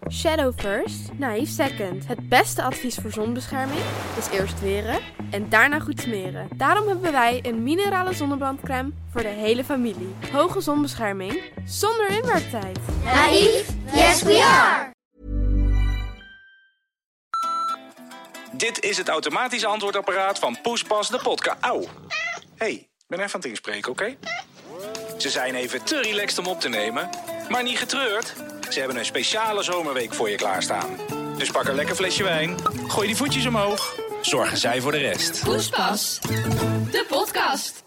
Shadow first, naïef second. Het beste advies voor zonbescherming is eerst weren en daarna goed smeren. Daarom hebben wij een minerale zonnebrandcrème voor de hele familie. Hoge zonbescherming zonder inwerktijd. Naïef? Yes we are! Dit is het automatische antwoordapparaat van Poespas de podcast. Auw. Hey, ben even aan het inspreken, oké? Ze zijn even te relaxed om op te nemen, maar niet getreurd. Ze hebben een speciale zomerweek voor je klaarstaan. Dus pak een lekker flesje wijn, gooi die voetjes omhoog, zorgen zij voor de rest. Poespas, de podcast.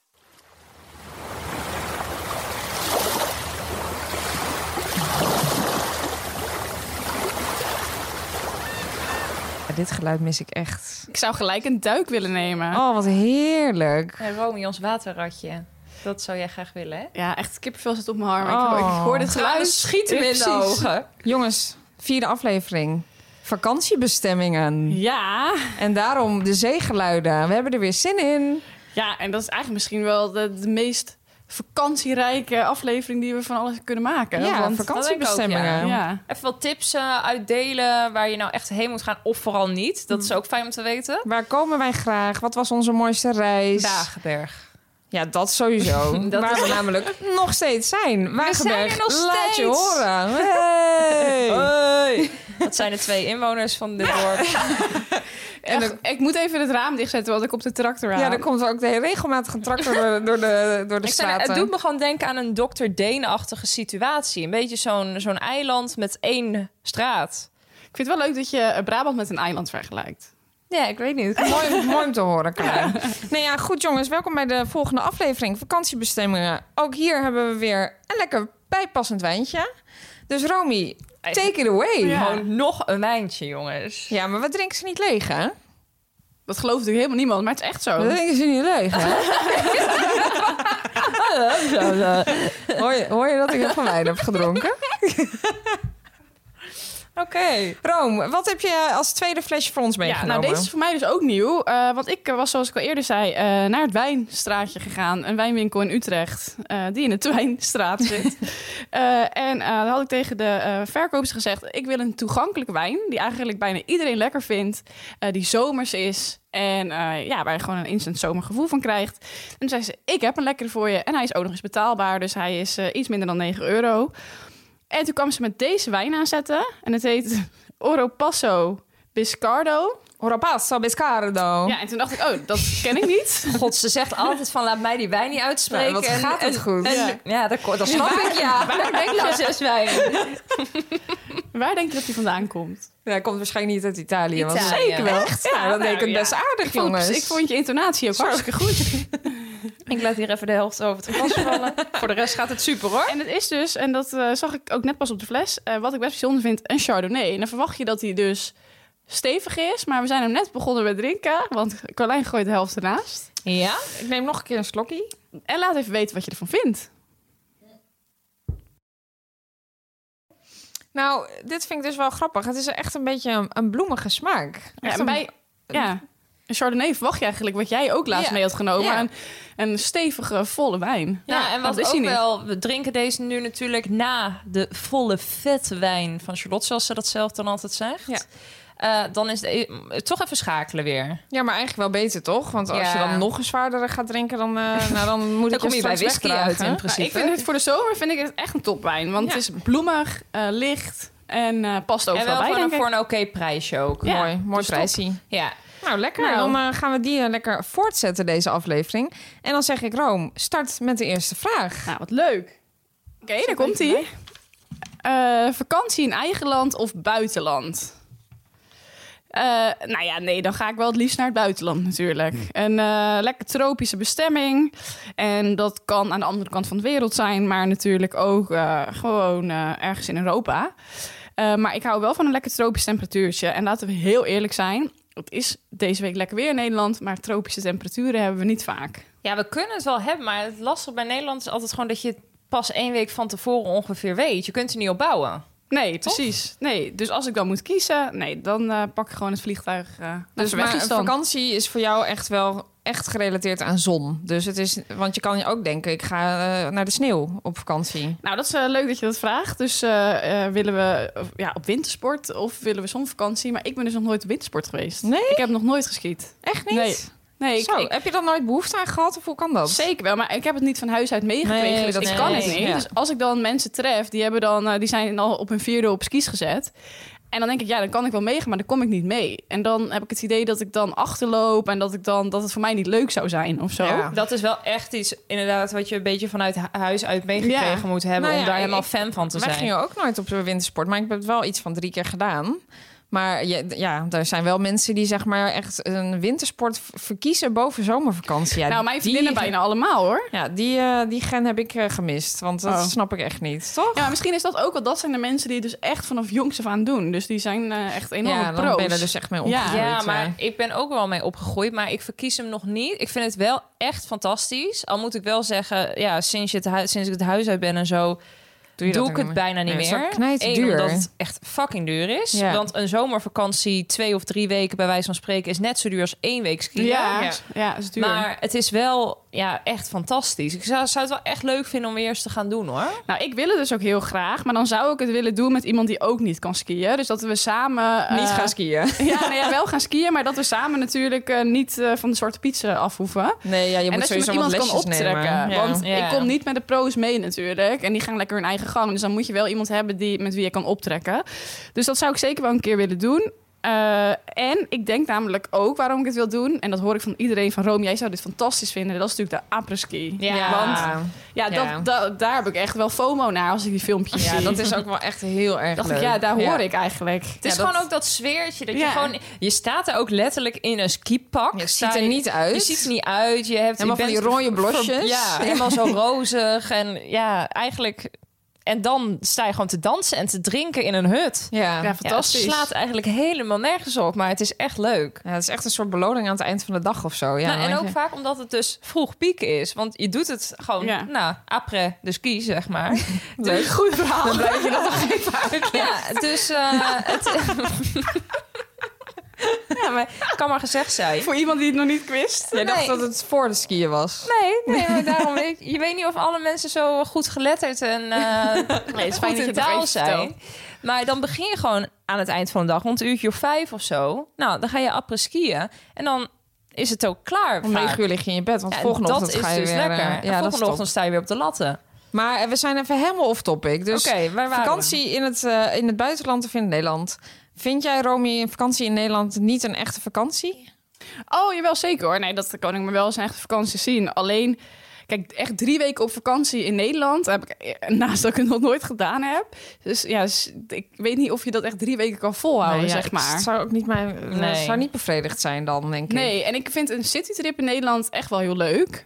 Dit geluid mis ik echt. Ik zou gelijk een duik willen nemen. Oh, wat heerlijk. En Romy, ons waterratje. Dat zou jij graag willen, hè? Ja, echt kippenvel zit op mijn arm. Ik hoor dit geluid. Schieten me in de ogen. Jongens, 4e aflevering. Vakantiebestemmingen. Ja. En daarom de zeegeluiden. We hebben er weer zin in. Ja, en dat is eigenlijk misschien wel de meest vakantierijke aflevering die we van alles kunnen maken. Ja, Want vakantiebestemmingen. ook, ja. Even wat tips uitdelen waar je nou echt heen moet gaan of vooral niet. Dat is ook fijn om te weten. Waar komen wij graag? Wat was onze mooiste reis? Dagenberg. Ja, dat sowieso. Dat waar is we namelijk nog steeds zijn. Wagenberg, er nog laat je steeds. horen. Hey. Hoi. Dat zijn de 2 inwoners van dit dorp. Ik moet even het raam dichtzetten, want ik op de tractor aan. Ja, dan komt er ook de regelmatige tractor door de straten. Het doet me gewoon denken aan een Dr. Deen-achtige situatie. Een beetje zo'n eiland met 1 straat. Ik vind het wel leuk dat je Brabant met een eiland vergelijkt. Ja, ik weet niet. Mooi om te horen, Karin. Nee, ja, goed jongens, welkom bij de volgende aflevering Vakantiebestemmingen. Ook hier hebben we weer een lekker bijpassend wijntje. Dus Romy, take it away. Ja. Gewoon nog een wijntje, jongens. Ja, maar we drinken ze niet leeg, hè? Dat gelooft natuurlijk helemaal niemand, maar het is echt zo. We drinken ze niet leeg, hè? Hoor je dat ik heel veel wijn heb gedronken? Oké. Rome, wat heb je als tweede flesje voor ons Ja, meegenomen? nou, deze is voor mij dus ook nieuw. Want ik was, zoals ik al eerder zei, naar het Wijnstraatje gegaan. Een wijnwinkel in Utrecht, die in de Wijnstraat zit. En daar had ik tegen de verkopers gezegd, ik wil een toegankelijke wijn, die eigenlijk bijna iedereen lekker vindt, die zomers is en waar je gewoon een instant zomergevoel van krijgt. En toen zei ze, ik heb een lekkere voor je. En hij is ook nog eens betaalbaar, dus hij is iets minder dan €9. En toen kwam ze met deze wijn aanzetten. En het heet Oropasso Biscardo. Oropasso Biscardo. Ja, en toen dacht ik, oh, dat ken ik niet. God, ze zegt altijd van laat mij die wijn niet uitspreken. Ja, wat gaat het goed. Ja, dat snap ik, ja. Waar denk je zes wijn? Waar denk je dat hij vandaan komt? Ja, hij komt waarschijnlijk niet uit Italië. Want Italië. zeker wel. Echt? Ja, dan denk ik het ja. best aardig, jongens. Ik vond je intonatie ook hartstikke goed. Ik laat hier even de helft over het glas vallen. Voor de rest gaat het super, hoor. En het is dus, en dat zag ik ook net pas op de fles, wat ik best bijzonder vind, een Chardonnay. En dan verwacht je dat hij dus stevig is, maar we zijn hem net begonnen met drinken, want Carlijn gooit de helft ernaast. Ja? Ik neem nog een keer een slokkie. En laat even weten wat je ervan vindt. Nou, dit vind ik dus wel grappig. Het is echt een beetje een bloemige smaak. Ja, Echt en bij een Chardonnay verwacht je eigenlijk wat jij ook laatst Ja. mee had genomen. Ja. Een stevige, volle wijn. Ja, en dat wat is ook hij niet. wel... We drinken deze nu natuurlijk na de volle vette wijn van Charlotte, zoals ze dat zelf dan altijd zegt. Ja. Dan is het toch even schakelen weer. Ja, maar eigenlijk wel beter, toch? Want als je Ja. dan nog een zwaardere gaat drinken, dan moet Dan kom je bij straks whisky wegdragen. uit in Maar principe. ik vind het voor de zomer vind ik het echt een topwijn. Want Ja. het is bloemig, licht en past En overal wel bij, gewoon denk ik. voor een oké prijsje ook. Ja. Mooi dus top. prijsie. Ja. Nou, lekker. Nou. Dan gaan we die lekker voortzetten, deze aflevering. En dan zeg ik, Rome, start met de eerste vraag. Nou, wat leuk. Oké, daar komt ie. Vakantie in eigen land of buitenland? Nou ja, nee, dan ga ik wel het liefst naar het buitenland natuurlijk. Een lekker tropische bestemming. En dat kan aan de andere kant van de wereld zijn, maar natuurlijk ook gewoon ergens in Europa. Maar ik hou wel van een lekker tropisch temperatuurtje. En laten we heel eerlijk zijn, het is deze week lekker weer in Nederland, maar tropische temperaturen hebben we niet vaak. Ja, we kunnen het wel hebben, maar het lastige bij Nederland is altijd gewoon dat je het pas 1 week van tevoren ongeveer weet. Je kunt er niet op bouwen. Nee, precies. Nee, dus als ik dan moet kiezen, nee, dan pak ik gewoon het vliegtuig naar Dus maar een Uzbekistan. vakantie is voor jou echt wel echt gerelateerd aan zon. Dus het is, want je kan je ook denken, ik ga naar de sneeuw op vakantie. Nou, dat is leuk dat je dat vraagt. Dus willen we op wintersport of willen we zonvakantie? Maar ik ben dus nog nooit op wintersport geweest. Nee? Ik heb nog nooit geskiet. Echt niet? Nee, Zo, heb je dan nooit behoefte aan gehad of hoe kan dat? Zeker wel, maar ik heb het niet van huis uit meegekregen. Nee, dus dat ik is kan niet. het niet. Ja. Dus als ik dan mensen tref, die zijn al op hun 4e op skis gezet. En dan denk ik, dan kan ik wel meegaan, maar dan kom ik niet mee. En dan heb ik het idee dat ik dan achterloop en dat het voor mij niet leuk zou zijn of zo. Ja. Dat is wel echt iets, inderdaad, wat je een beetje vanuit huis uit meegekregen moet hebben... om daar helemaal fan van te Wij zijn. gingen ook nooit op de wintersport, maar ik heb het wel iets van 3 keer gedaan. Maar er zijn wel mensen die zeg maar echt een wintersport verkiezen boven zomervakantie. Ja, Nou, mijn vriendinnen bijna allemaal, hoor. Ja, die gen heb ik gemist, want dat snap ik echt niet, toch? Ja, maar misschien is dat ook wel... Dat zijn de mensen die het dus echt vanaf jongs af aan doen. Dus die zijn echt enorm Ja, dan pro's. ben je er dus echt mee opgegroeid. Ja, maar ik ben ook wel mee opgegroeid, maar ik verkies hem nog niet. Ik vind het wel echt fantastisch. Al moet ik wel zeggen, sinds ik het huis uit ben en zo... Doe ik het bijna niet meer. Knijtduur. Omdat het echt fucking duur is. Ja. Want een zomervakantie 2 of 3 weken... bij wijze van spreken is net zo duur als 1 week skiën. Ja, dat is duur. Maar het is wel echt fantastisch. Ik zou het wel echt leuk vinden om weer eens te gaan doen, hoor. Nou, ik wil het dus ook heel graag. Maar dan zou ik het willen doen met iemand die ook niet kan skiën. Dus dat we samen... Niet gaan skiën. Wel gaan skiën. Maar dat we samen natuurlijk niet van de Zwarte Piet af hoeven. Nee, je En moet dat je met sowieso iemand wat kan lesjes optrekken. nemen. Want Ja. ik kom niet met de pro's mee natuurlijk. En die gaan lekker hun eigen gang. Dus dan moet je wel iemand hebben met wie je kan optrekken. Dus dat zou ik zeker wel een keer willen doen. En ik denk namelijk ook waarom ik het wil doen. En dat hoor ik van iedereen van Rome. Jij zou dit fantastisch vinden. Dat is natuurlijk de après-ski. Ja. Want daar heb ik echt wel FOMO naar als ik die filmpjes zie. Ja, dat is ook wel echt heel erg Dacht leuk. ik, daar hoor ik eigenlijk. Het is gewoon ook dat sfeertje. Dat je gewoon... Je staat er ook letterlijk in een skipak. Je ziet er niet uit. Je ziet er niet uit. Je hebt Helemaal van die rode blosjes. Ja, helemaal zo rozig. En eigenlijk... En dan sta je gewoon te dansen en te drinken in een hut. Ja, Ja, fantastisch. Het slaat eigenlijk helemaal nergens op, maar het is echt leuk. Ja, het is echt een soort beloning aan het eind van de dag of zo. Ja, Nou, en dan ook denk je- vaak omdat het dus vroeg pieken is. Want je doet het gewoon, après de ski, zeg maar. Leuk. Goed verhaal. Dan blijf je dat nog even uit. Ja, dus ja, maar het kan maar gezegd zijn. Voor iemand die het nog niet wist. Jij dacht Nee. dat het voor de skiën was. Nee, maar daarom je weet niet of alle mensen zo goed geletterd en het is fijn dat je goed in het nog taal even zijn. vertelt. Maar dan begin je gewoon aan het eind van de dag, rond een uurtje of 5 of zo. Nou, dan ga je après skiën en dan is het ook klaar. Om 9 uur lig je in je bed, want Ja, volgende dat ochtend is ga je dus weer... lekker. En ja, dat is volgende top. ochtend sta je weer op de latten. Maar we zijn even helemaal off-topic. Dus Oké, waar waren vakantie in het buitenland of in Nederland. Vind jij, Romy, een vakantie in Nederland niet een echte vakantie? Oh, jawel, zeker hoor. Nee, dat kan ik me wel eens een echte vakantie zien. Alleen, kijk, echt 3 weken op vakantie in Nederland heb ik, naast dat ik het nog nooit gedaan heb. Dus ja, ik weet niet of je dat echt 3 weken kan volhouden, Nee, ja, zeg maar. Het zou ook niet Nee. zou niet bevredigd zijn dan, denk ik. Nee, en ik vind een citytrip in Nederland echt wel heel leuk.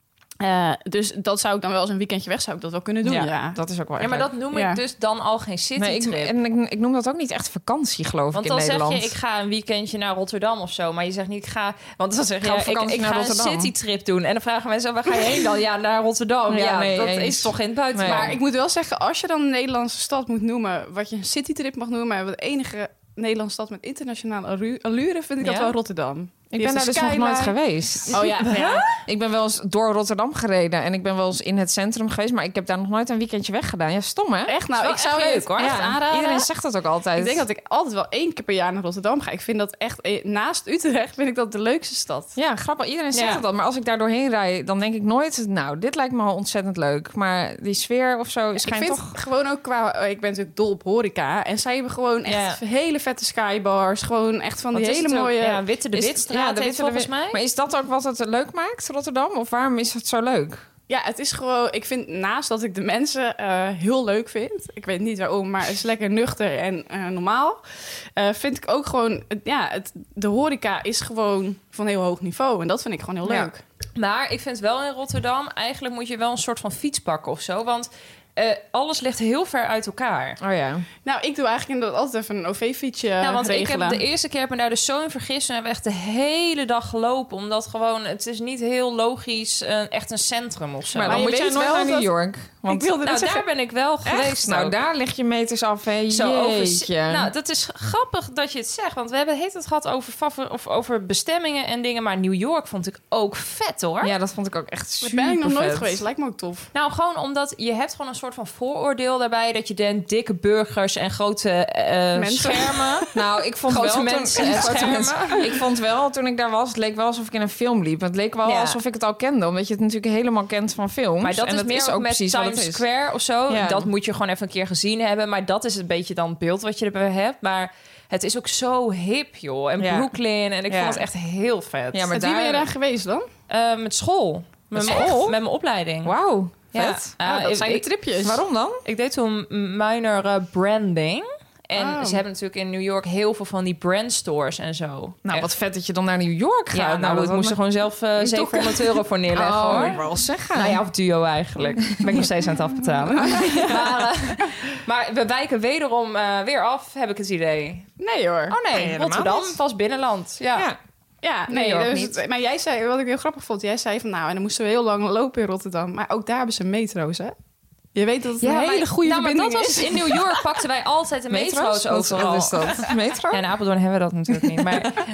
Dus dat zou ik dan wel eens een weekendje weg zou ik dat wel kunnen doen. Ja, dat is ook wel Ja, echt maar leuk. dat noem Ja. ik dus dan al geen Nee, citytrip. ik noem dat ook niet echt vakantie, geloof Want ik, in dan zeg Nederland. je, ik ga een weekendje naar Rotterdam of zo. Maar je zegt niet, ik ga... Want dan zeg Ga op je, vakantie ik naar ga Rotterdam. een citytrip doen. En dan vragen mensen, waar ga je heen dan? Ja, naar Rotterdam. Ja, Ja, nee, dat eens. is toch in het buitenland. Maar ik moet wel zeggen, als je dan een Nederlandse stad moet noemen, wat je een citytrip mag noemen, wat de enige Nederlandse stad met internationale allure, vind ik dat Ja? wel Rotterdam. Ik Die ben daar heeft dus een nog nooit skyline. geweest. Oh ja. Ik ben wel eens door Rotterdam gereden en ik ben wel eens in het centrum geweest, maar ik heb daar nog nooit een weekendje weggedaan. Ja, stom hè? Echt? Nou, Is wel ik zou echt het leuk, hoor. echt aanraden. Iedereen zegt dat ook altijd. Ik denk dat ik altijd wel 1 keer per jaar naar Rotterdam ga. Ik vind dat echt, naast Utrecht vind ik dat de leukste stad. Ja, grappig. Iedereen zegt Ja. dat. Maar als ik daar doorheen rijd, dan denk ik nooit, nou, dit lijkt me al ontzettend leuk. Maar die sfeer of zo Ik schijnt vind toch... gewoon ook ik ben natuurlijk dol op horeca. En zij hebben gewoon echt hele vette skybars. Gewoon echt van die Wat is hele het ook? mooie... Ja, Witte de Is- Witstraat ja, de heet Witte de volgens mij. Maar is dat ook wat het leuk maakt, Rotterdam? Of waarom is het zo leuk? Ja, het is gewoon... Ik vind naast dat ik de mensen heel leuk vind... Ik weet niet waarom, maar het is lekker nuchter en normaal. Vind ik ook gewoon... de horeca is gewoon van heel hoog niveau. En dat vind ik gewoon heel Ja. leuk. Maar ik vind wel in Rotterdam, eigenlijk moet je wel een soort van fiets pakken of zo. Want alles ligt heel ver uit elkaar. Oh ja. Nou, ik doe eigenlijk inderdaad altijd even een OV-fietsje Ja, want regelen. ik heb de eerste keer heb me daar dus zo in vergist. En hebben we echt de hele dag gelopen. Omdat gewoon, het is niet heel logisch echt een centrum of zo. Maar Maar dan je moet jij weet nooit wel naar New dat- York. Want Ik wilde net Nou, zeggen. daar ben ik wel geweest. nou, ook. daar lig je meters af, hè? Zo Jeetje. Nou, dat is grappig dat je het zegt. Want we hebben het gehad over bestemmingen en dingen. Maar New York vond ik ook vet, hoor. Ja, dat vond ik ook echt Daar super ben ik nog nooit vet. geweest. Lijkt me ook tof. Nou, gewoon omdat je hebt gewoon een soort van vooroordeel daarbij... dat je denkt dikke burgers en grote schermen... Nou, ik vond Grote wel mensen toen, en schermen. Ik vond wel, toen ik daar was, het leek wel alsof ik in een film liep. Het leek wel Ja. alsof ik het al kende, omdat je het natuurlijk helemaal kent van films. Maar dat en is meer ook met precies wat het Times is. Square of zo. Ja. Dat moet je gewoon even een keer gezien hebben. Maar dat is een beetje dan het beeld wat je erbij hebt. Maar het is ook zo hip, joh. En Ja. Brooklyn. En ik Ja. vond het echt heel vet. Ja, maar Met wie ben je daar geweest dan? Met school. Met mijn opleiding. Wauw, Ja. vet. dat zijn de tripjes. Waarom dan? Ik deed toen minor branding. En Oh. ze hebben natuurlijk in New York heel veel van die brandstores en zo. Nou, Echt. wat vet dat je dan naar New York gaat. Ja, nou, ik moest er gewoon zelf €700 voor neerleggen, Oh, hoor. ik wou wel zeggen. Nou ja, of duo eigenlijk. Ben ik nog steeds aan het afbetalen. maar we wijken wederom weer af, heb ik het idee. Nee hoor. Oh nee, helemaal Rotterdam niet. was binnenland. Ja. Ja. Ja, New nee, York dus niet. maar jij zei, wat ik heel grappig vond, jij zei van nou, en dan moesten we heel lang lopen in Rotterdam. Maar ook daar hebben ze metro's, hè? Je weet dat het een hele goede maar verbinding dat is. was in New York pakten wij altijd de metro's overal. Wat is dat? Metro? Ja, in Apeldoorn hebben we dat natuurlijk niet.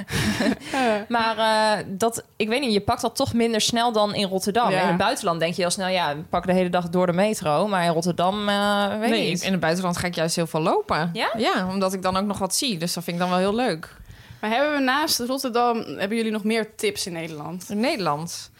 Maar ik weet niet, je pakt dat toch minder snel dan in Rotterdam. Ja. In het buitenland denk je heel snel, ja, we pakken de hele dag door de metro. Maar in Rotterdam, weet ik niet. In het buitenland ga ik juist heel veel lopen. Ja? Ja, omdat ik dan ook nog wat zie. Dus dat vind ik dan wel heel leuk. Maar hebben we naast Rotterdam, hebben jullie nog meer tips in Nederland? In Nederland.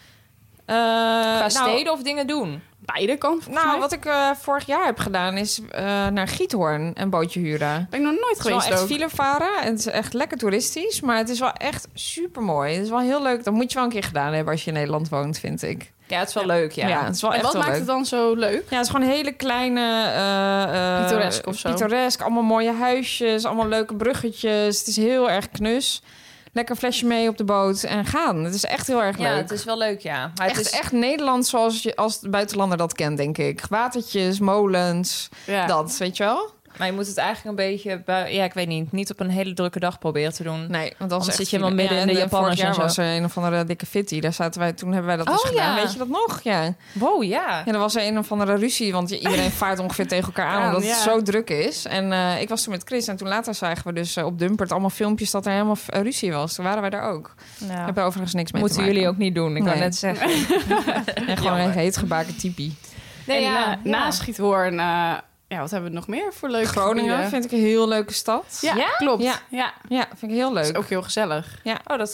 Qua steden of dingen doen? Beide kan volgens mij. wat ik vorig jaar heb gedaan is naar Giethoorn een bootje huren. Ben ik nog nooit Het is wel geweest echt ook. file varen en het is echt lekker toeristisch. Maar het is wel echt super mooi. Het is wel heel leuk. Dat moet je wel een keer gedaan hebben als je in Nederland woont, vind ik. Ja, het is wel leuk, ja. Ja, het is wel En echt wat wel maakt leuk. het dan zo leuk? Ja, het is gewoon een hele kleine... Pittoresk of zo. Pittoresk, allemaal mooie huisjes, allemaal leuke bruggetjes. Het is heel erg knus. Lekker flesje mee op de boot en gaan. Het is echt heel erg leuk. Ja, het is wel leuk, ja. Maar het Echt, is echt Nederland zoals als de buitenlander dat kent, denk ik. Watertjes, molens, Ja. dat, weet je wel? Maar je moet het eigenlijk een beetje... Ja, ik weet niet op een hele drukke dag proberen te doen. Nee, want Anders echt zit je helemaal file. midden in de en Japanners vorig jaar en was zo. er een of andere dikke fitty. Daar zaten wij, toen hebben wij dat dus Oh, gedaan. ja. Weet je dat nog? Ja. Wow, ja. Ja, er was een of andere ruzie, want iedereen vaart ongeveer tegen elkaar aan, omdat het Ja. zo druk is. En ik was toen met Chris en toen later zagen we dus op Dumpert allemaal filmpjes dat er helemaal ruzie was. Toen waren wij daar ook. Nou, Ik heb er overigens niks mee moeten te maken. jullie ook niet doen. Ik Nee. wou net zeggen. En gewoon een heet gebakken typie. Nee, En, ja, na Schiethoorn, ja, wat hebben we nog meer voor leuke Groningen gebieden? vind ik een heel leuke stad. Ja, Ja? klopt. Ja. Ja. Ja, vind ik heel Dat is leuk. ook heel gezellig. Oh, dat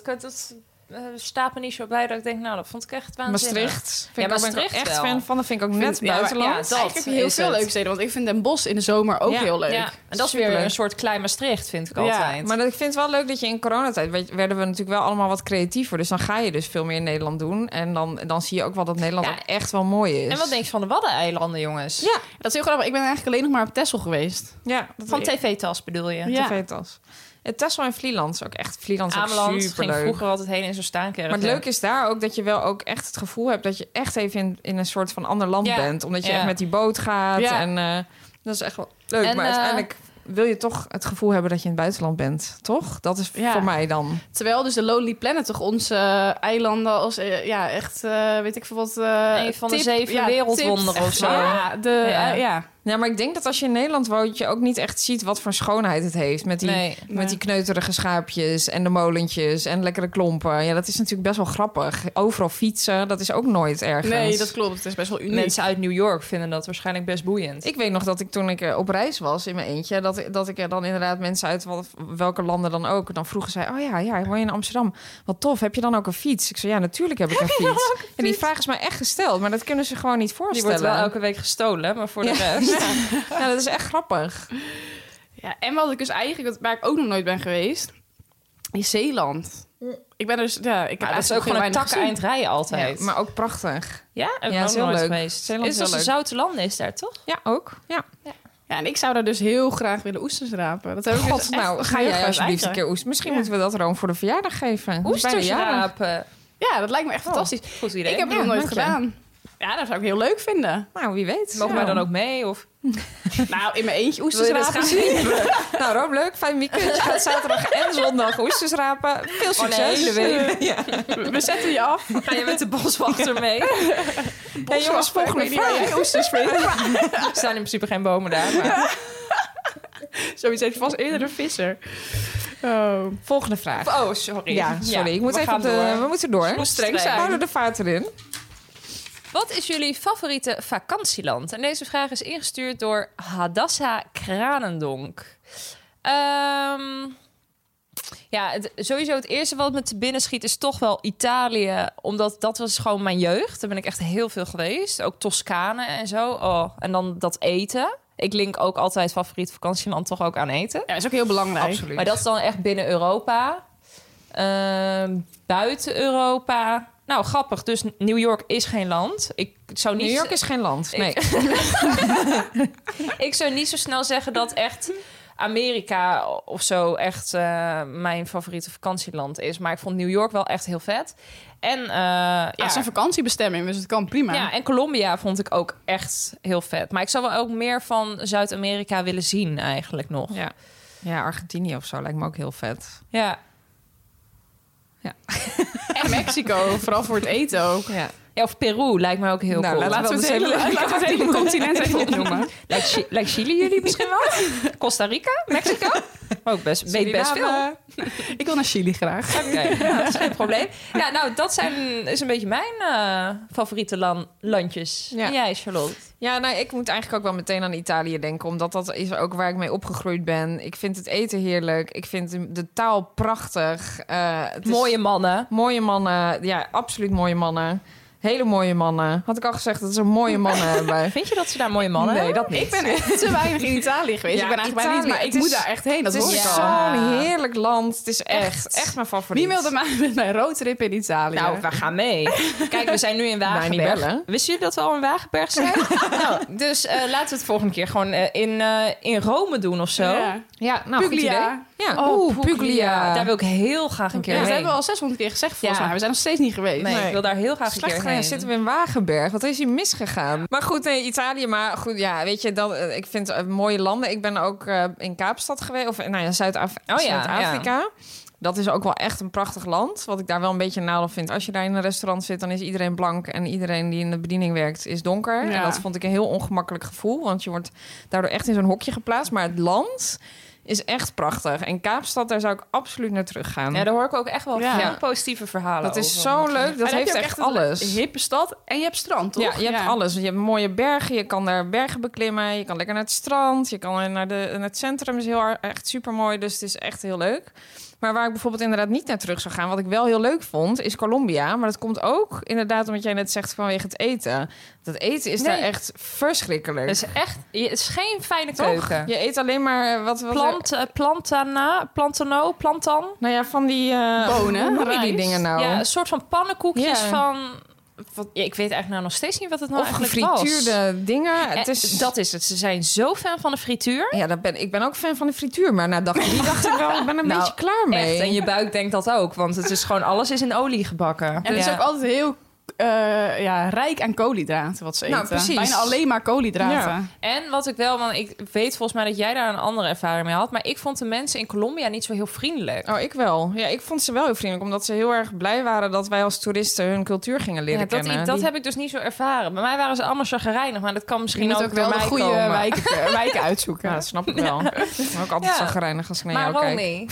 staat me niet zo bij dat ik denk, nou, dat vond ik echt waanzinnig. Maastricht. Vind Ja, ik ook, ben ik ook Maastricht echt wel. fan van. Dat vind ik ook net Ja, maar- buitenland. ja, dat Eigenlijk heb je heel is veel het. leuke steden, want ik vind Den Bosch in de zomer ook Ja. heel leuk. Ja, en dat is weer Superleuk. een soort klein Maastricht, vind ik Ja, altijd. Maar ik vind het wel leuk dat je in coronatijd... werden we natuurlijk wel allemaal wat creatiever. Dus dan ga je dus veel meer in Nederland doen. En dan zie je ook wel dat Nederland Ja. ook echt wel mooi is. En wat denk je van de Waddeneilanden, jongens? Ja, Dat is heel grappig. Ik ben eigenlijk alleen nog maar op Texel geweest. ja dat Van tv-tas bedoel je? Ja. tv-tas. Texel en Vlieland is ook echt... Vlieland is ook Ameland ging superleuk. vroeger altijd heen in zo'n staancaravan. Maar het leuke is daar ook dat je wel ook echt het gevoel hebt... dat je echt even in een soort van ander land Ja. bent. Omdat je Ja. echt met die boot gaat. Ja. En dat is echt wel leuk. En, maar uiteindelijk wil je toch het gevoel hebben dat je in het buitenland bent. Toch? Dat is Ja. voor mij dan. Terwijl dus de Lonely Planet toch onze eilanden als, ja, echt, weet ik veel wat... Een van de 7 wereldwonderen tips. of zo. Ja, ja. Ja, maar ik denk dat als je in Nederland woont... je ook niet echt ziet wat voor schoonheid het heeft. Met die, Nee. met die kneuterige schaapjes en de molentjes en lekkere klompen. Ja, dat is natuurlijk best wel grappig. Overal fietsen, dat is ook nooit ergens. Nee, dat klopt. Het is best wel uniek. Mensen uit New York vinden dat waarschijnlijk best boeiend. Ik weet nog dat ik toen ik op reis was in mijn eentje... dat ik er dan inderdaad mensen uit welke landen dan ook... dan vroegen zij, oh ja, woon je in Amsterdam? Wat tof, heb je dan ook een fiets? Ik zei, ja, natuurlijk heb ik een fiets. En die vraag is mij echt gesteld, maar dat kunnen ze gewoon niet Die voorstellen. wordt wel elke week gestolen, maar voor de rest... Ja, dat is echt grappig. Ja, en wat ik dus eigenlijk, waar ik ook nog nooit ben geweest, is Zeeland. Ik ben dus, ja, ik heb dat is ook gewoon een takken eind rijden altijd. Ja, maar ook prachtig. Ja, heb ik Ja, ook is heel nooit leuk. geweest. Zeeland Is is dat heel een leuk. zoute landen is daar, toch? Ja, ook. Ja. Ja, en ik zou daar dus heel graag willen oesters rapen. Dat heb ik dus God, echt nou, ga heel jij graag alsjeblieft een uit. keer oesters. Misschien Ja. moeten we dat Room voor de verjaardag geven. Oesters Bijna jarig. rapen. Ja, dat lijkt me echt fantastisch. Goed idee. Ik heb het Ja, nog nooit dank je. gedaan. Ja, dat zou ik heel leuk vinden. Nou, wie weet. Mogen wij dan ook mee? Of? Nou, in mijn eentje oesters Wil je dat rapen. gaan Nou, Room, leuk. Fijn weekend. Je gaat zaterdag en zondag oesters rapen. Veel succes. de hele week. Ja. We zetten je af. Ga je met de boswachter mee? Hey, jongens, volgende vraag. Oesters vindt. Er staan in principe geen bomen daar. Maar... Zoiets heeft vast eerder een visser. Oh. Volgende vraag. Oh, sorry. Ja, sorry. Ik moet we even gaan door. we moeten door. Moet streng We zijn. houden de vaart erin. Wat is jullie favoriete vakantieland? En deze vraag is ingestuurd door Hadassa Kranendonk. Sowieso het eerste wat me te binnen schiet is toch wel Italië. Omdat dat was gewoon mijn jeugd. Daar ben ik echt heel veel geweest. Ook Toscane en zo. Oh, en dan dat eten. Ik link ook altijd favoriet vakantieland toch ook aan eten. Ja, is ook heel belangrijk. Absoluut. Maar dat is dan echt binnen Europa. Buiten Europa... Nou, grappig. Dus New York is geen land. Ik zou niet... New York is geen land. Nee. Ik zou niet zo snel zeggen dat echt Amerika of zo echt mijn favoriete vakantieland is. Maar ik vond New York wel echt heel vet. En Het is een vakantiebestemming, dus het kan prima. ja, en Colombia vond ik ook echt heel vet. Maar ik zou wel ook meer van Zuid-Amerika willen zien eigenlijk nog. Ja, Argentinië of zo lijkt me ook heel vet. Ja. En Mexico, vooral voor het eten ook. Ja, of Peru lijkt me ook heel Nou, cool. laten we Laten we het hele continent even opnoemen. Lijkt Chili jullie misschien wat? Costa Rica? Mexico? Ook best, weet best veel. Ik wil naar Chili graag. Oké, dat is geen probleem. Ja, nou, dat is een beetje mijn favoriete landjes. Ja. En jij, Charlotte? Ja, nou, ik moet eigenlijk ook wel meteen aan Italië denken. Omdat dat is ook waar ik mee opgegroeid ben. Ik vind het eten heerlijk. Ik vind de taal prachtig. Mooie mannen. Mooie mannen. Ja, absoluut mooie mannen. Hele mooie mannen. Had ik al gezegd dat ze mooie mannen hebben. Vind je dat ze daar mooie mannen Nee, hebben? dat niet. Ik ben echt te weinig in Italië geweest. Ja, Ik ben eigenlijk bijna niet, maar Italië, ik het moet is- daar echt heen. Dat Het hoor is ik al. zo'n heerlijk land. Het is echt mijn favoriet. Wie wilde mij met mijn roadtrip in Italië? Nou, we gaan mee. Kijk, we zijn nu in Nou, niet Wagenberg. bellen. Wisten jullie dat we al in Wagenberg zijn? Nou, dus laten we het volgende keer gewoon in Rome doen of zo. Ja. Ja, nou, goed idee. Puglia. Ja, Puglia. Daar wil ik heel graag een keer Ja, dat heen. hebben we al 600 keer gezegd volgens Ja. mij. We zijn nog steeds niet geweest. Nee, ik wil daar heel graag een Slecht keer gedaan, heen. zitten we in Wagenberg. Wat is hier misgegaan? Maar goed, nee, Italië. Maar goed, ja, weet je, ik vind mooie landen. Ik ben ook in Kaapstad geweest. Of nou ja, Zuid-Afrika. Dat is ook wel echt een prachtig land. Wat ik daar wel een beetje een nadeel vind. Als je daar in een restaurant zit, dan is iedereen blank. En iedereen die in de bediening werkt, is donker. Ja. En dat vond ik een heel ongemakkelijk gevoel. Want je wordt daardoor echt in zo'n hokje geplaatst. Maar het land is echt prachtig. En Kaapstad, daar zou ik absoluut naar terug gaan. Ja, daar hoor ik ook echt wel Ja. veel positieve verhalen Dat is over. zo leuk. Dat En dan heeft heb je echt ook alles. Een hippe stad en je hebt strand, toch? Ja, je hebt alles. Je hebt mooie bergen. Je kan daar bergen beklimmen. Je kan lekker naar het strand. Je kan naar het centrum. Is echt super mooi. Dus het is echt heel leuk. Maar waar ik bijvoorbeeld inderdaad niet naar terug zou gaan, wat ik wel heel leuk vond, is Colombia. Maar dat komt ook inderdaad omdat jij net zegt vanwege het eten. Dat eten is daar echt verschrikkelijk. Het is echt, het is geen fijne Toch? keuken. Je eet alleen maar Plantan. Nou ja, van die Bonen, hoe noem je die rijst. dingen nou? Ja, een soort van pannenkoekjes Ja. van... Ja, ik weet eigenlijk nou nog steeds niet wat het nou of eigenlijk was. gefrituurde dingen. Het is Dat is het. Ze zijn zo fan van de frituur. Ja, ik ben ook fan van de frituur. Maar na dag 3 dacht ik wel, ik ben een beetje klaar mee. Echt. En je buik denkt dat ook. Want het is gewoon, alles is in olie gebakken. En het is ook altijd heel rijk aan koolhydraten wat ze eten. Nou, precies. Bijna alleen maar koolhydraten. Ja. En wat ik wel, want ik weet volgens mij dat jij daar een andere ervaring mee had. Maar ik vond de mensen in Colombia niet zo heel vriendelijk. Oh, ik wel. Ja, ik vond ze wel heel vriendelijk. Omdat ze heel erg blij waren dat wij als toeristen hun cultuur gingen leren Ja, kennen. dat heb ik dus niet zo ervaren. Bij mij waren ze allemaal chagrijnig. Maar dat kan Je misschien moet ook ook wel door de mij goede komen. wijken uitzoeken. Ja, dat snap ik wel. Ik ben ook altijd Ja. zagrijnig als ik naar Maar jou kijk. Romy.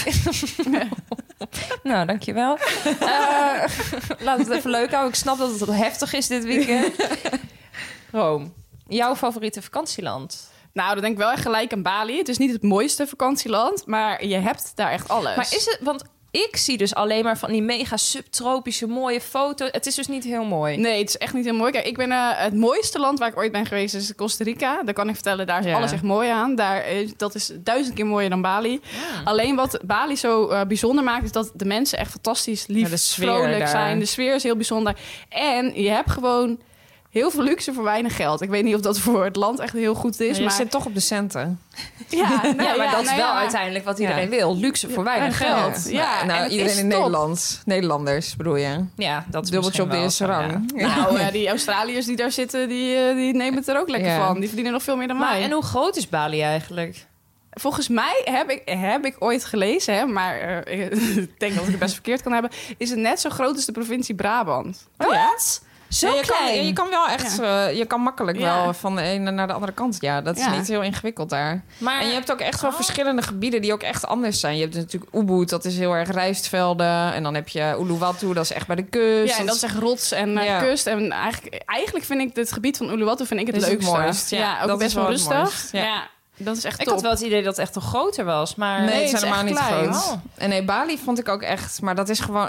Nou, dankjewel. Laat het even leuk houden. Ik snap dat het wat heftig is dit weekend. Rome, jouw favoriete vakantieland? Nou, dan denk ik wel echt gelijk aan Bali. Het is niet het mooiste vakantieland, maar je hebt daar echt alles. Maar is het... Want ik zie dus alleen maar van die mega subtropische mooie foto's. Het is dus niet heel mooi. Nee, het is echt niet heel mooi. Kijk, ik ben het mooiste land waar ik ooit ben geweest is Costa Rica. Daar kan ik vertellen, daar is Ja. alles echt mooi aan. Dat is 1000 keer mooier dan Bali. Alleen wat Bali zo bijzonder maakt, is dat de mensen echt fantastisch lief, Ja, de sfeer vrolijk daar. zijn. De sfeer is heel bijzonder. En je hebt gewoon heel veel luxe voor weinig geld. Ik weet niet of dat voor het land echt heel goed is. Je maar zit toch op de centen. ja, maar dat is wel uiteindelijk wat iedereen wil. Luxe voor weinig geld. Ja, Nou, en iedereen in Nederland. Nederlanders bedoel je? Ja, dat is Dubbeltje op de misschien eerste wel zo, rang. ja. Nou, die Australiërs die daar zitten, die nemen het er ook lekker van. Die verdienen nog veel meer dan Maar mij. en hoe groot is Bali eigenlijk? Volgens mij heb ik ooit gelezen, hè, maar ik denk dat ik het best verkeerd kan hebben, is het net zo groot als de provincie Brabant. Wat? Zo Ja, klein? je kan wel echt, je kan makkelijk Ja. wel van de ene naar de andere kant. Ja, dat is Ja. niet heel ingewikkeld daar. Maar, En je hebt ook echt wel verschillende gebieden die ook echt anders zijn. Je hebt natuurlijk Ubud, dat is heel erg rijstvelden. En dan heb je Uluwatu, dat is echt bij de kust. Ja, en dat is echt rots en Ja. kust. En eigenlijk vind ik het gebied van Uluwatu vind ik het Is het leukste. mooist, ja. Ook Dat best is wel wel het rustig. mooist, ja. Ja, dat is echt ik top. had wel het idee dat het echt nog groter was. Maar Nee, Nee, het is het is helemaal niet echt klein. groot. Oh. En nee, Bali vond ik ook echt... Maar dat is gewoon...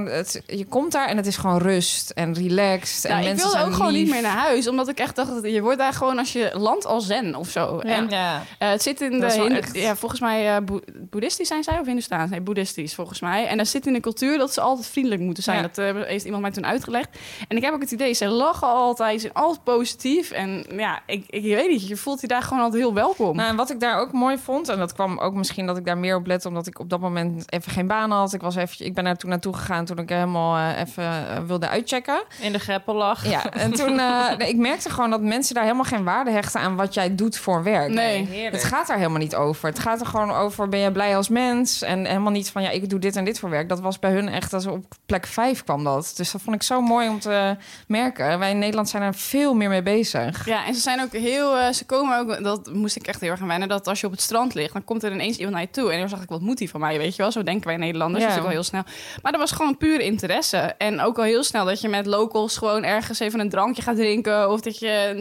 je komt daar en het is gewoon rust en relaxed. En Nou, ik mensen wilde zijn ook gewoon lief. niet meer naar huis. Omdat ik echt dacht, dat je wordt daar gewoon als je landt al zen of zo. Ja. En ja. het zit in Dat is de... wel echt. Ja, volgens mij boeddhistisch zijn zij of Hindoestaans? Nee, boeddhistisch volgens mij. En dat zit in de cultuur dat ze altijd vriendelijk moeten zijn. Ja. Dat heeft iemand mij toen uitgelegd. En ik heb ook het idee, ze lachen altijd, ze zijn altijd positief. En ja, ik weet niet, je voelt je daar gewoon altijd heel welkom. Nou, en wat ik daar ook mooi vond, en dat kwam ook misschien dat ik daar meer op lette, omdat ik op dat moment even geen baan had. Ik ben daar toen naartoe gegaan toen ik helemaal even wilde uitchecken. In de greppel lag. Ja, en toen ik merkte gewoon dat mensen daar helemaal geen waarde hechten aan wat jij doet voor werk. Nee. Heerlijk. Het gaat daar helemaal niet over. Het gaat er gewoon over, ben je blij als mens? En helemaal niet van, ja, ik doe dit en dit voor werk. Dat was bij hun echt, als op plek 5 kwam dat. Dus dat vond ik zo mooi om te merken. Wij in Nederland zijn er veel meer mee bezig. Ja, en ze zijn ook heel... ze komen ook... Dat moest ik echt heel erg aan wennen. Dat als je op het strand ligt, dan komt er ineens iemand naar je toe. En dan zag ik, wat moet die van mij, weet je wel? Zo denken wij Nederlanders. Ja. Dat is ook wel heel snel. Maar dat was gewoon puur interesse. En ook al heel snel dat je met locals gewoon ergens even een drankje gaat drinken. Of dat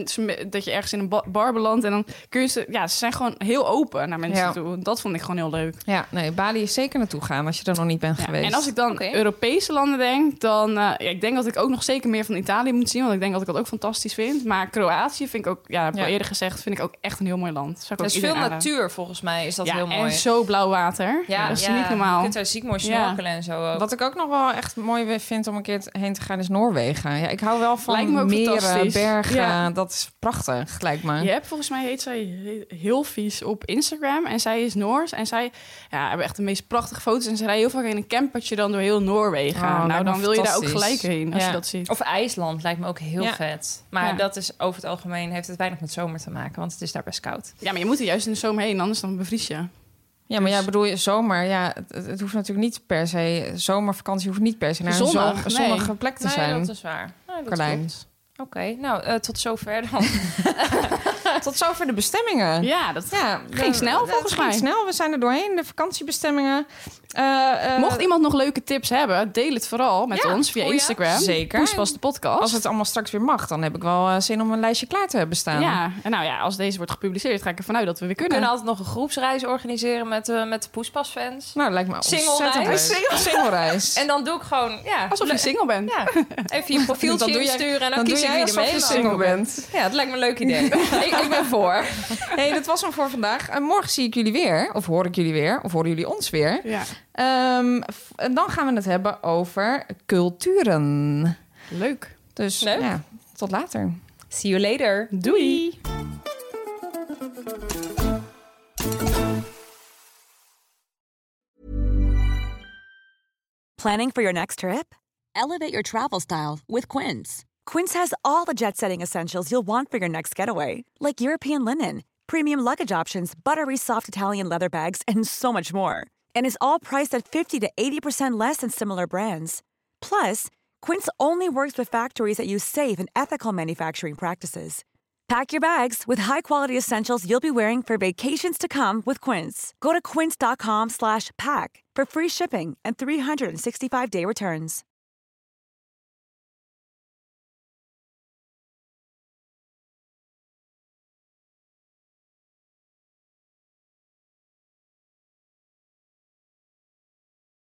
je ergens in een bar belandt. En dan kun je ze... Ja, ze zijn gewoon heel open naar mensen Ja. toe. Dat vond ik gewoon heel leuk. Ja, nee, Bali is zeker naartoe gaan als je er nog niet bent Ja, geweest. en als ik dan Oké. Europese landen denk, dan... ik denk dat ik ook nog zeker meer van Italië moet zien. Want ik denk dat ik dat ook fantastisch vind. Maar Kroatië vind ik ook... Ja, heb ik al eerder gezegd, vind ik ook echt een heel mooi land. Zou ik Er ook is veel iedereen aanraden. natuur volgens mij. Is dat Ja, heel mooi. en zo blauw water. Ja, dat is ja. niet normaal. Je kunt daar ziek mooi snorkelen en zo ook. Wat ik ook nog wel echt mooi vind om een keer heen te gaan is Noorwegen. Ja, ik hou wel Lijkt me van ook meren, fantastisch. bergen. Ja. Dat is prachtig, lijkt me. Je hebt volgens mij, heet zij heel vies op Instagram. En zij is Noors. En zij hebben echt de meest prachtige foto's. En ze rijden heel vaak in een campertje dan door heel Noorwegen. Oh, nou, lijkt dan me wil je daar ook fantastisch. gelijk heen als Ja. je dat ziet. Of IJsland lijkt me ook heel Ja. vet. Maar Ja. dat is over het algemeen heeft het weinig met zomer te maken, want het is daar best koud. Ja, maar je moet er juist in de zomer heen, anders dan bevries je. Ja, maar ja, bedoel je zomer? Ja, het hoeft natuurlijk niet per se... Zomervakantie hoeft niet per se naar Zonnig, een zonnige plek te zijn. dat is waar. Nee, dat Carlijn. klopt. Oké, nou, tot zover dan. Tot zover de bestemmingen. Ja, dat Ja, ging snel volgens mij. ging snel. We zijn er doorheen. De vakantiebestemmingen. Mocht iemand nog leuke tips hebben, deel het vooral met Ja, ons via oh ja, Instagram. zeker. Poespas de podcast. Als het allemaal straks weer mag, dan heb ik wel zin om een lijstje klaar te hebben staan. Ja, en nou ja, als deze wordt gepubliceerd, ga ik ervan uit dat we weer We kunnen. kunnen altijd nog een groepsreis organiseren met de Poespas-fans. Nou, lijkt me Single ontzettend reis. leuk. Single reis. En dan doe ik gewoon, ja... Alsof je single bent. Ja, even je profieltje Dan doe jij- insturen en dan, Dan doe kies ik jij wie er alsof mee je mag. single bent. Ja, dat lijkt me een leuk idee. ik ben voor. Hey, dat was hem voor vandaag. Morgen zie ik jullie weer. Of hoor ik jullie weer. Of horen jullie ons weer. Ja. En dan gaan we het hebben over culturen. Leuk. Dus Leuk. ja, tot later. See you later. Doei. Planning for your next trip? Elevate your travel style with Quince. Quince has all the jet-setting essentials you'll want for your next getaway, like European linen, premium luggage options, buttery soft Italian leather bags, and so much more. And is all priced at 50 to 80% less than similar brands. Plus, Quince only works with factories that use safe and ethical manufacturing practices. Pack your bags with high-quality essentials you'll be wearing for vacations to come with Quince. Go to quince.com/pack for free shipping and 365-day returns.